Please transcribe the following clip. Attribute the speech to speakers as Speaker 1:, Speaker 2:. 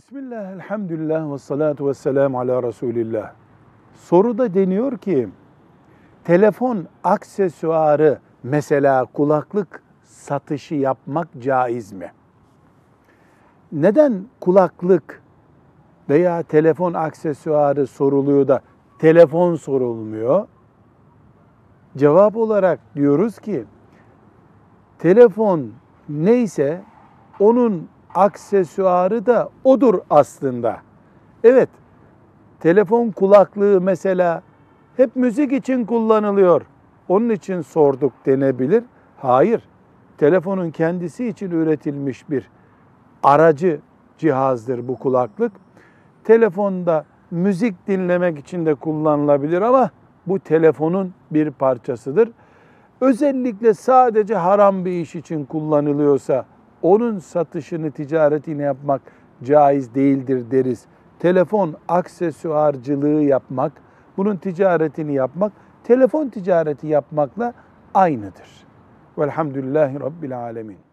Speaker 1: Bismillah, elhamdülillah ve salatu ve selamu ala Resulillah. Soruda deniyor ki, telefon aksesuarı mesela kulaklık satışı yapmak caiz mi? Neden kulaklık veya telefon aksesuarı soruluyor da telefon sorulmuyor? Cevap olarak diyoruz ki, telefon neyse onun aksesuarı da odur aslında. Evet, telefon kulaklığı mesela hep müzik için kullanılıyor, onun için sorduk denebilir. Hayır, telefonun kendisi için üretilmiş bir aracı cihazdır bu kulaklık. Telefonda müzik dinlemek için de kullanılabilir ama bu telefonun bir parçasıdır. Özellikle sadece haram bir iş için kullanılıyorsa onun satışını, ticaretini yapmak caiz değildir deriz. Telefon aksesuarcılığı yapmak, bunun ticaretini yapmak, telefon ticareti yapmakla aynıdır. Velhamdülillahi Rabbil alemin.